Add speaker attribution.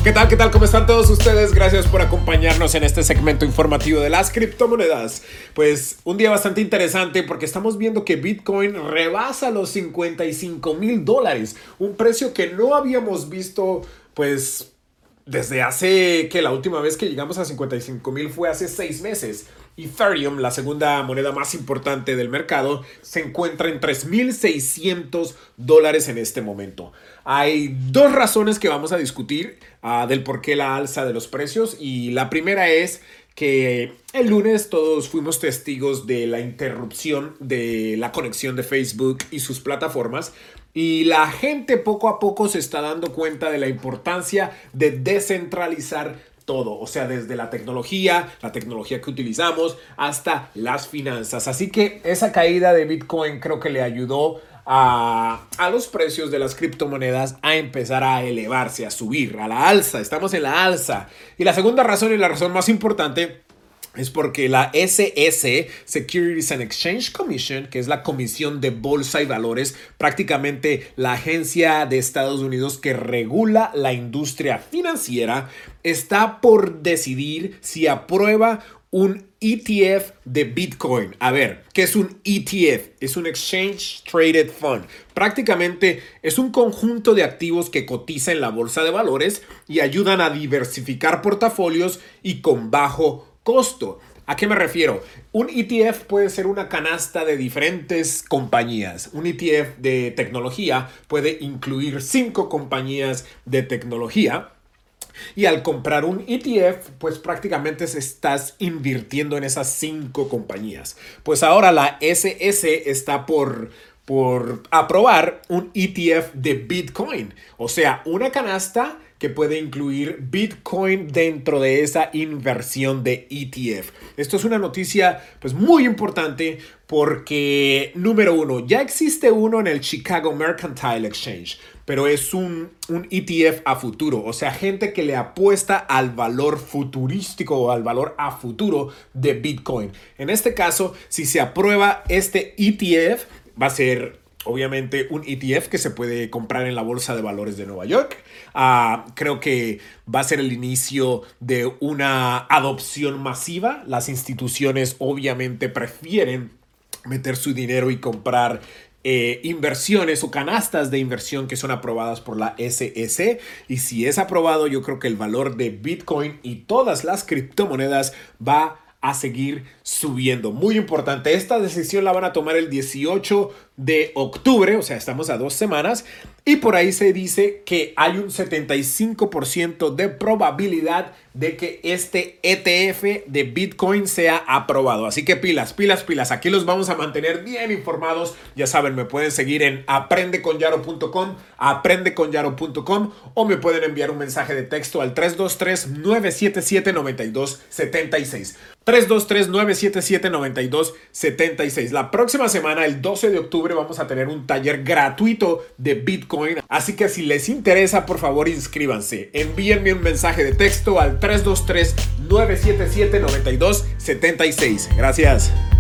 Speaker 1: ¿Qué tal? ¿Qué tal? ¿Cómo están todos ustedes? Gracias por acompañarnos en este segmento informativo de las criptomonedas. Pues un día bastante interesante porque estamos viendo que Bitcoin rebasa los $55,000, un precio que no habíamos visto pues desde hace que la última vez que llegamos a 55,000 fue hace 6 meses. Ethereum, la segunda moneda más importante del mercado, se encuentra en $3,600 en este momento. Hay dos razones que vamos a discutir del por qué la alza de los precios, y la primera es que el lunes todos fuimos testigos de la interrupción de la conexión de Facebook y sus plataformas, y la gente poco a poco se está dando cuenta de la importancia de descentralizar todo, o sea, desde la tecnología que utilizamos hasta las finanzas. Así que esa caída de Bitcoin creo que le ayudó a los precios de las criptomonedas a empezar a elevarse, a subir, a la alza. Estamos en la alza. Y la segunda razón, y la razón más importante, es porque la SEC, Securities and Exchange Commission, que es la Comisión de Bolsa y Valores, prácticamente la agencia de Estados Unidos que regula la industria financiera, está por decidir si aprueba un ETF de Bitcoin. A ver, ¿qué es un ETF? Es un Exchange Traded Fund. Prácticamente es un conjunto de activos que cotiza en la bolsa de valores y ayudan a diversificar portafolios y con bajo costo. ¿A qué me refiero? Un ETF puede ser una canasta de diferentes compañías. Un ETF de tecnología puede incluir 5 compañías de tecnología. Y al comprar un ETF, pues prácticamente se estás invirtiendo en esas 5 compañías. Pues ahora la SEC está por aprobar un ETF de Bitcoin. O sea, una canasta que puede incluir Bitcoin dentro de esa inversión de ETF. Esto es una noticia pues muy importante porque, número uno, ya existe uno en el Chicago Mercantile Exchange, pero es un ETF a futuro, o sea, gente que le apuesta al valor futurístico o al valor a futuro de Bitcoin. En este caso, si se aprueba este ETF, va a ser obviamente un ETF que se puede comprar en la Bolsa de Valores de Nueva York. Creo que va a ser el inicio de una adopción masiva. Las instituciones obviamente prefieren meter su dinero y comprar inversiones o canastas de inversión que son aprobadas por la SEC, y si es aprobado, yo creo que el valor de Bitcoin y todas las criptomonedas va a seguir subiendo. Muy importante, esta decisión la van a tomar el 18 de octubre, o sea, estamos a 2 semanas, y por ahí se dice que hay un 75% de probabilidad de que este ETF de Bitcoin sea aprobado. Así que pilas. Aquí los vamos a mantener bien informados. Ya saben, me pueden seguir en aprendeconyaro.com, o me pueden enviar un mensaje de texto al 323-977-9276. 323-977-9276. La próxima semana, el 12 de octubre, vamos a tener un taller gratuito de Bitcoin. Así que si les interesa, por favor, inscríbanse. Envíenme un mensaje de texto al 323-977-9276. Gracias.